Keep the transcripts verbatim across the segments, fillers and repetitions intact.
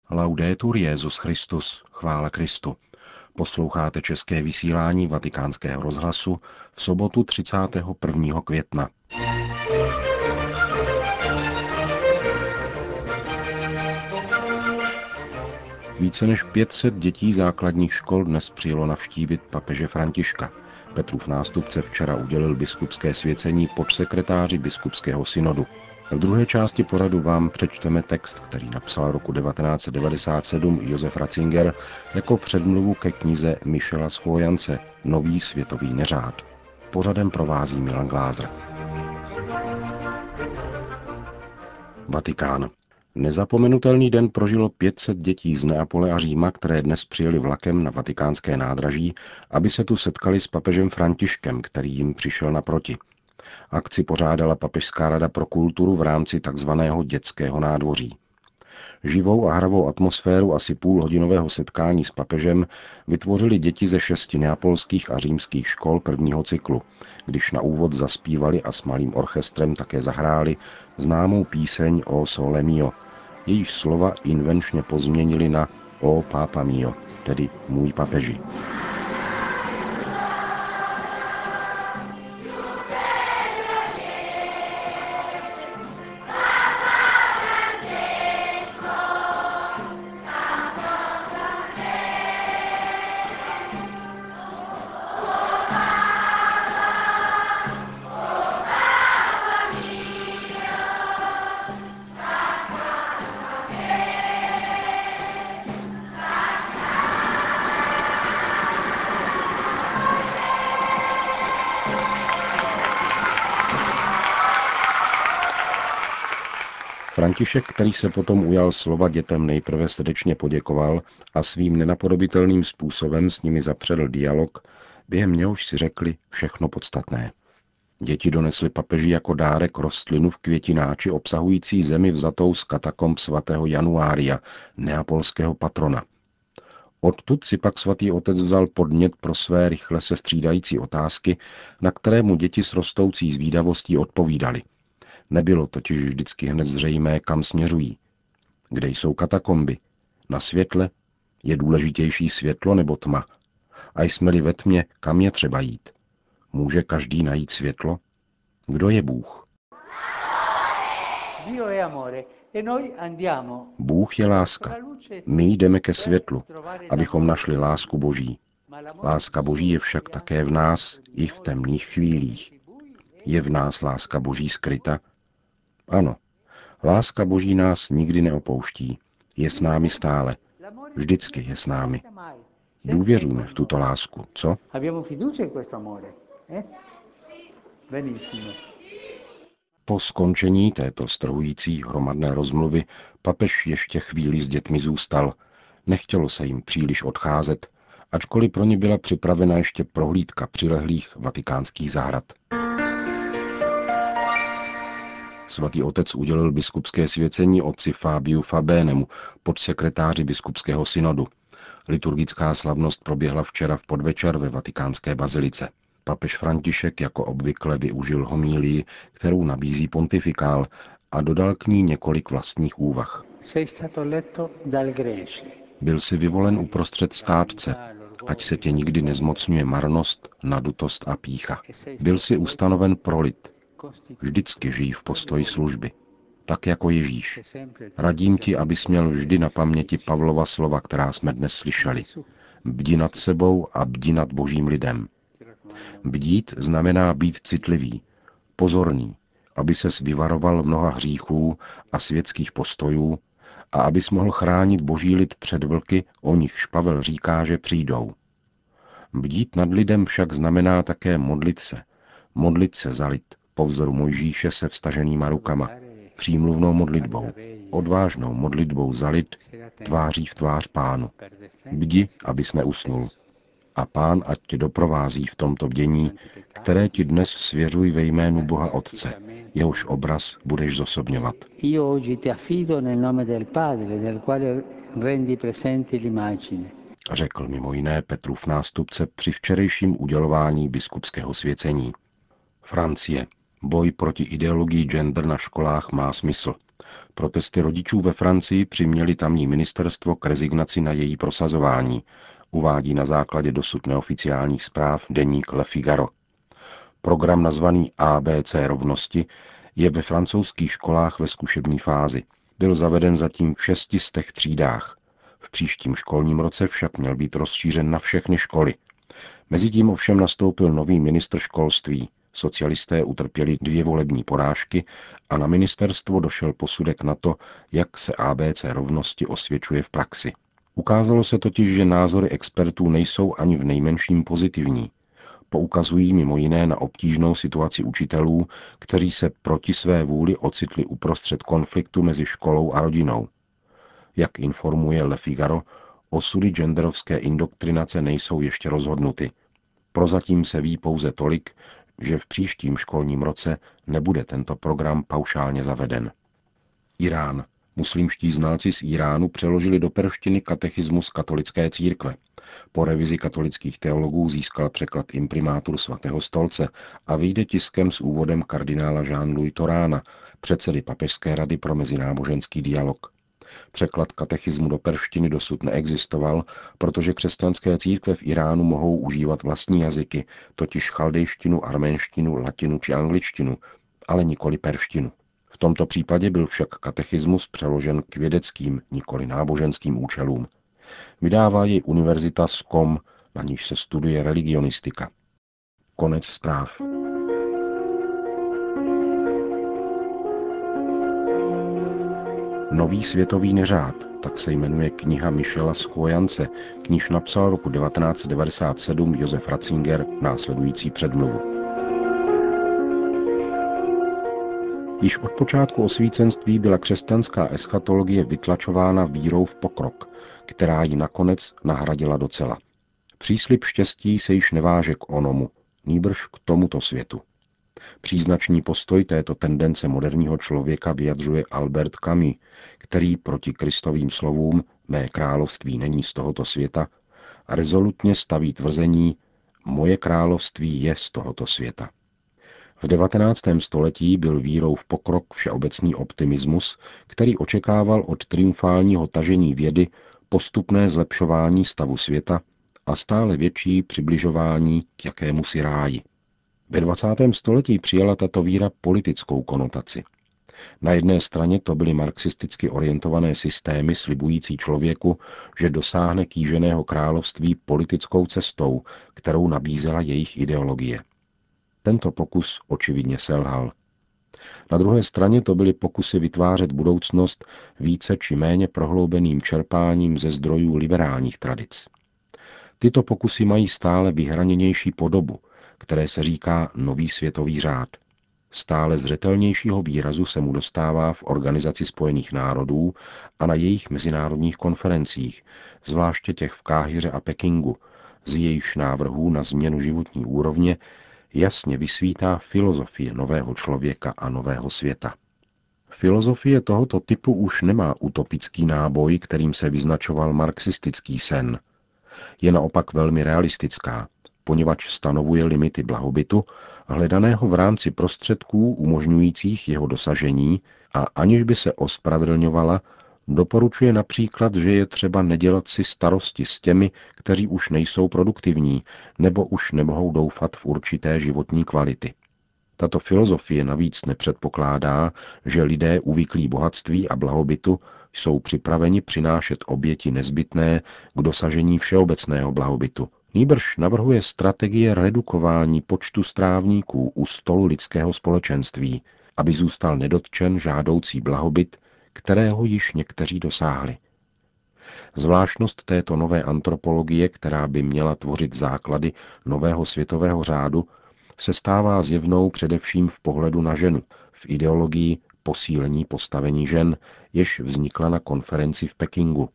Laudetur Jesus Christus, chvála Kristu. Posloucháte české vysílání Vatikánského rozhlasu v sobotu třicátého prvního května. Více než pět set dětí základních škol dnes přijelo navštívit papeže Františka. Petrův nástupce včera udělil biskupské svěcení podsekretáři biskupského synodu. V druhé části pořadu vám přečteme text, který napsal roku devatenáct set devadesát sedm Josef Ratzinger jako předmluvu ke knize Michela Schojance Nový světový neřád. Pořadem provází Milan Glázer. Vatikán. Nezapomenutelný den prožilo pět set dětí z Neapole a Říma, které dnes přijeli vlakem na vatikánské nádraží, aby se tu setkali s papežem Františkem, který jim přišel naproti. Akci pořádala Papežská rada pro kulturu v rámci takzvaného dětského nádvoří. Živou a hravou atmosféru asi půlhodinového setkání s papežem vytvořili děti ze šesti neapolských a římských škol prvního cyklu, když na úvod zaspívali a s malým orchestrem také zahráli známou píseň O Sole Mio, jejíž slova invenčně pozměnili na O Papa Mio, tedy můj papeži. František, který se potom ujal slova dětem, nejprve srdečně poděkoval a svým nenapodobitelným způsobem s nimi zapředl dialog, během něhož si řekli všechno podstatné. Děti donesly papeži jako dárek rostlinu v květináči obsahující zemi vzatou z katakomb svatého Januária, neapolského patrona. Odtud si pak svatý otec vzal podnět pro své rychle se střídající otázky, na které mu děti s rostoucí zvídavostí odpovídali. Nebylo totiž vždycky hned zřejmé, kam směřují. Kde jsou katakomby? Na světle? Je důležitější světlo nebo tma? A jsme-li ve tmě, kam je třeba jít? Může každý najít světlo? Kdo je Bůh? Bůh je láska. My jdeme ke světlu, abychom našli lásku Boží. Láska Boží je však také v nás i v temných chvílích. Je v nás láska Boží skryta? Ano, láska Boží nás nikdy neopouští. Je s námi stále. Vždycky je s námi. Důvěřujme v tuto lásku, co? Po skončení této strhující hromadné rozmluvy papež ještě chvíli s dětmi zůstal. Nechtělo se jim příliš odcházet, ačkoliv pro ně byla připravena ještě prohlídka přilehlých vatikánských zahrad. Svatý otec udělil biskupské svěcení otci Fabiu Fabénemu, podsekretáři biskupského synodu. Liturgická slavnost proběhla včera v podvečer ve vatikánské bazilice. Papež František jako obvykle využil homílii, kterou nabízí pontifikál, a dodal k ní několik vlastních úvah. Byl si vyvolen uprostřed státce, ať se tě nikdy nezmocňuje marnost, nadutost a pýcha. Byl si ustanoven pro lid. Vždycky žij v postoji služby, tak jako Ježíš. Radím ti, abys měl vždy na paměti Pavlova slova, která jsme dnes slyšeli. Bdi nad sebou a bdi nad Božím lidem. Bdít znamená být citlivý, pozorný, aby ses vyvaroval mnoha hříchů a světských postojů a abys mohl chránit Boží lid před vlky, o nichž Pavel říká, že přijdou. Bdít nad lidem však znamená také modlit se. Modlit se za lid, po vzoru Mojžíše se vstaženýma rukama, přímluvnou modlitbou, odvážnou modlitbou za lid, tváří v tvář Pánu. Bdi, abys neusnul. A Pán ať tě doprovází v tomto bdění, které ti dnes svěřuj ve jménu Boha Otce, jehož obraz budeš zosobňovat. Řekl mimo jiné Petrův nástupce při včerejším udělování biskupského svěcení. Francie. Boj proti ideologii gender na školách má smysl. Protesty rodičů ve Francii přiměly tamní ministerstvo k rezignaci na její prosazování, uvádí na základě dosud neoficiálních zpráv deník Le Figaro. Program nazvaný A B C rovnosti je ve francouzských školách ve zkušební fázi. Byl zaveden zatím v šesti stech třídách. V příštím školním roce však měl být rozšířen na všechny školy. Mezitím ovšem nastoupil nový ministr školství. Socialisté utrpěli dvě volební porážky a na ministerstvo došel posudek na to, jak se A B C rovnosti osvědčuje v praxi. Ukázalo se totiž, že názory expertů nejsou ani v nejmenším pozitivní. Poukazují mimo jiné na obtížnou situaci učitelů, kteří se proti své vůli ocitli uprostřed konfliktu mezi školou a rodinou. Jak informuje Le Figaro, osudy genderovské indoktrinace nejsou ještě rozhodnuty. Prozatím se ví pouze tolik, že v příštím školním roce nebude tento program paušálně zaveden. Irán. Muslimští znalci z Iránu přeložili do perštiny katechismus katolické církve. Po revizi katolických teologů získal překlad imprimátur svatého stolce a vyjde tiskem s úvodem kardinála Jean-Louis Torána, předsedy Papežské rady pro mezináboženský dialog. Překlad katechismu do perštiny dosud neexistoval, protože křesťanské církve v Iránu mohou užívat vlastní jazyky, totiž chaldejštinu, arménštinu, latinu či angličtinu, ale nikoli perštinu. V tomto případě byl však katechismus přeložen k vědeckým, nikoli náboženským účelům. Vydává jej univerzita S C O M, na níž se studuje religionistika. Konec zpráv. Nový světový neřád, tak se jmenuje kniha Michela Schojance, k níž napsal roku devatenáct set devadesát sedm Josef Ratzinger následující předmluvu. Již od počátku osvícenství byla křesťanská eschatologie vytlačována vírou v pokrok, která ji nakonec nahradila docela. Příslib štěstí se již neváže k onomu, nýbrž k tomuto světu. Příznačný postoj této tendence moderního člověka vyjadřuje Albert Camus, který proti Kristovým slovům mé království není z tohoto světa rezolutně staví tvrzení moje království je z tohoto světa. V devatenáctém století byl vírou v pokrok všeobecný optimismus, který očekával od triumfálního tažení vědy postupné zlepšování stavu světa a stále větší přibližování k jakémusi ráji. Ve dvacátém století přijala tato víra politickou konotaci. Na jedné straně to byly marxisticky orientované systémy slibující člověku, že dosáhne kýženého království politickou cestou, kterou nabízela jejich ideologie. Tento pokus očividně selhal. Na druhé straně to byly pokusy vytvářet budoucnost více či méně prohloubeným čerpáním ze zdrojů liberálních tradic. Tyto pokusy mají stále vyhraněnější podobu, které se říká nový světový řád. Stále zřetelnějšího výrazu se mu dostává v Organizaci spojených národů a na jejich mezinárodních konferencích, zvláště těch v Káhiře a Pekingu, z jejichž návrhů na změnu životní úrovně jasně vysvítá filozofie nového člověka a nového světa. Filozofie tohoto typu už nemá utopický náboj, kterým se vyznačoval marxistický sen. Je naopak velmi realistická, poněvadž stanovuje limity blahobytu, hledaného v rámci prostředků umožňujících jeho dosažení a aniž by se ospravedlňovala, doporučuje například, že je třeba nedělat si starosti s těmi, kteří už nejsou produktivní nebo už nemohou doufat v určité životní kvality. Tato filozofie navíc nepředpokládá, že lidé uvyklí bohatství a blahobytu jsou připraveni přinášet oběti nezbytné k dosažení všeobecného blahobytu. Nýbrž navrhuje strategie redukování počtu strávníků u stolu lidského společenství, aby zůstal nedotčen žádoucí blahobyt, kterého již někteří dosáhli. Zvláštnost této nové antropologie, která by měla tvořit základy nového světového řádu, se stává zjevnou především v pohledu na ženu, v ideologii posílení postavení žen, jež vznikla na konferenci v Pekingu.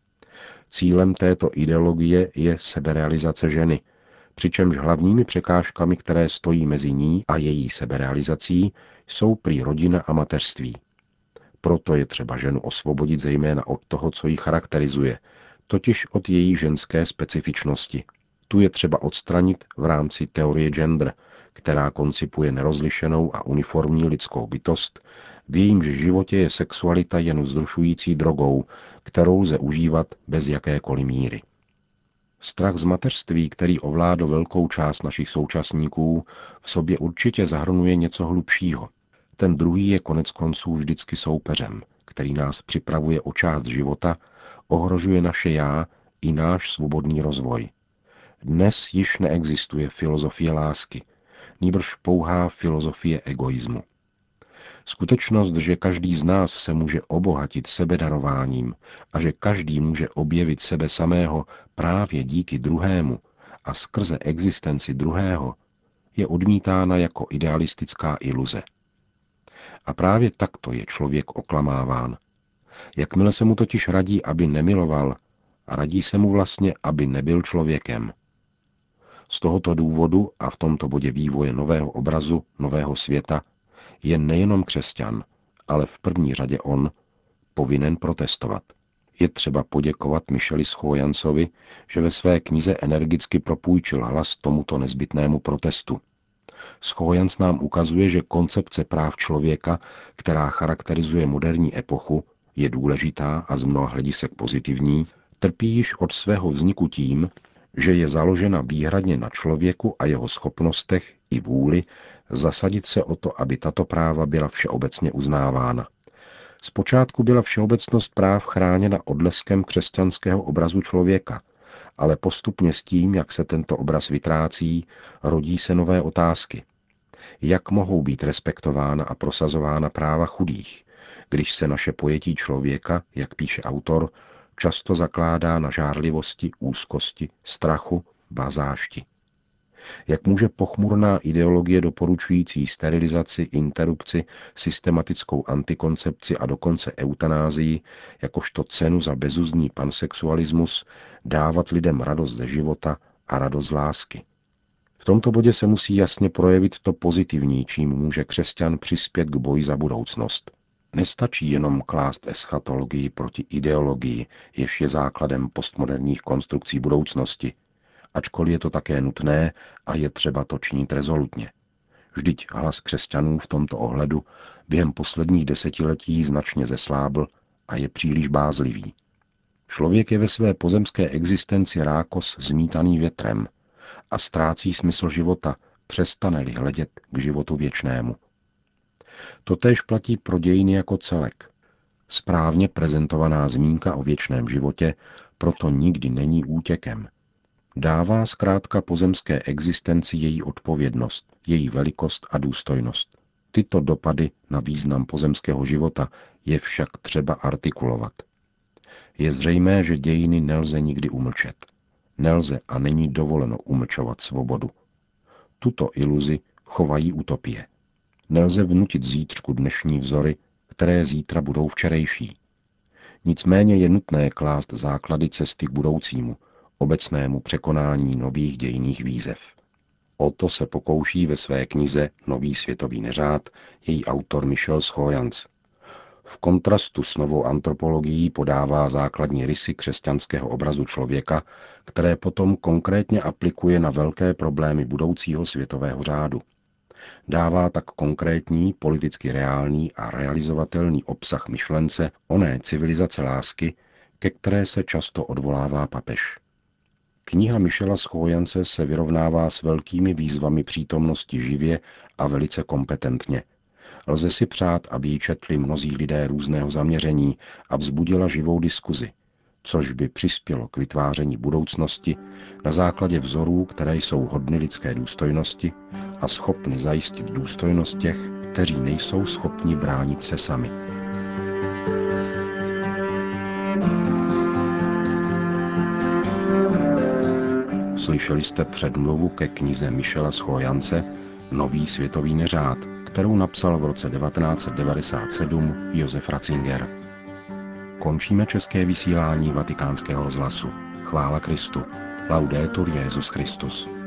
Cílem této ideologie je seberealizace ženy, přičemž hlavními překážkami, které stojí mezi ní a její seberealizací, jsou prý rodina a mateřství. Proto je třeba ženu osvobodit zejména od toho, co ji charakterizuje, totiž od její ženské specifičnosti. Tu je třeba odstranit v rámci teorie gender, která koncipuje nerozlišenou a uniformní lidskou bytost, V jejímž životě je sexualita jen vzrušující drogou, kterou lze užívat bez jakékoliv míry. Strach z mateřství, který ovládl velkou část našich současníků, v sobě určitě zahrnuje něco hlubšího. Ten druhý je konec konců vždycky soupeřem, který nás připravuje o část života, ohrožuje naše já i náš svobodný rozvoj. Dnes již neexistuje filozofie lásky, nýbrž pouhá filozofie egoismu. Skutečnost, že každý z nás se může obohatit sebedarováním a že každý může objevit sebe samého právě díky druhému a skrze existenci druhého, je odmítána jako idealistická iluze. A právě takto je člověk oklamáván. Jakmile se mu totiž radí, aby nemiloval, radí se mu vlastně, aby nebyl člověkem. Z tohoto důvodu a v tomto bodě vývoje nového obrazu, nového světa, je nejenom křesťan, ale v první řadě on, povinen protestovat. Je třeba poděkovat Micheli Schojancovi, že ve své knize energicky propůjčil hlas tomuto nezbytnému protestu. Schojans nám ukazuje, že koncepce práv člověka, která charakterizuje moderní epochu, je důležitá a z mnoha hledisek pozitivní, trpí již od svého vzniku tím, že je založena výhradně na člověku a jeho schopnostech i vůli zasadit se o to, aby tato práva byla všeobecně uznávána. Zpočátku byla všeobecnost práv chráněna odleskem křesťanského obrazu člověka, ale postupně s tím, jak se tento obraz vytrácí, rodí se nové otázky. Jak mohou být respektována a prosazována práva chudých, když se naše pojetí člověka, jak píše autor, často zakládá na žárlivosti, úzkosti, strachu, ba zášti? Jak může pochmurná ideologie doporučující sterilizaci, interrupci, systematickou antikoncepci a dokonce eutanázii, jakožto cenu za bezuzný pansexualismus, dávat lidem radost ze života a radost z lásky? V tomto bodě se musí jasně projevit to pozitivní, čím může křesťan přispět k boji za budoucnost. Nestačí jenom klást eschatologii proti ideologii, jež je základem postmoderních konstrukcí budoucnosti, ačkoliv je to také nutné a je třeba to činit rezolutně. Vždyť hlas křesťanů v tomto ohledu během posledních desetiletí značně zeslábl a je příliš bázlivý. Člověk je ve své pozemské existenci rákos zmítaný větrem a ztrácí smysl života, přestane-li hledět k životu věčnému. Totéž platí pro dějiny jako celek. Správně prezentovaná zmínka o věčném životě proto nikdy není útěkem. Dává zkrátka pozemské existenci její odpovědnost, její velikost a důstojnost. Tyto dopady na význam pozemského života je však třeba artikulovat. Je zřejmé, že dějiny nelze nikdy umlčet. Nelze a není dovoleno umlčovat svobodu. Tuto iluzi chovají utopie. Nelze vnutit zítřku dnešní vzory, které zítra budou včerejší. Nicméně je nutné klást základy cesty k budoucímu, obecnému překonání nových dějinných výzev. O to se pokouší ve své knize Nový světový neřád její autor Michel Schojans. V kontrastu s novou antropologií podává základní rysy křesťanského obrazu člověka, které potom konkrétně aplikuje na velké problémy budoucího světového řádu. Dává tak konkrétní, politicky reálný a realizovatelný obsah myšlence oné civilizace lásky, ke které se často odvolává papež. Kniha Michela Schojance se vyrovnává s velkými výzvami přítomnosti živě a velice kompetentně. Lze si přát, aby ji četli mnozí lidé různého zaměření a vzbudila živou diskuzi, což by přispělo k vytváření budoucnosti na základě vzorů, které jsou hodny lidské důstojnosti a schopny zajistit důstojnost těch, kteří nejsou schopni bránit se sami. Slyšeli jste předmluvu ke knize Michela Schojance Nový světový neřád, kterou napsal v roce devatenáct set devadesát sedm Josef Ratzinger. Končíme české vysílání Vatikánského rozhlasu. Chvála Kristu. Laudetur Jesus Christus.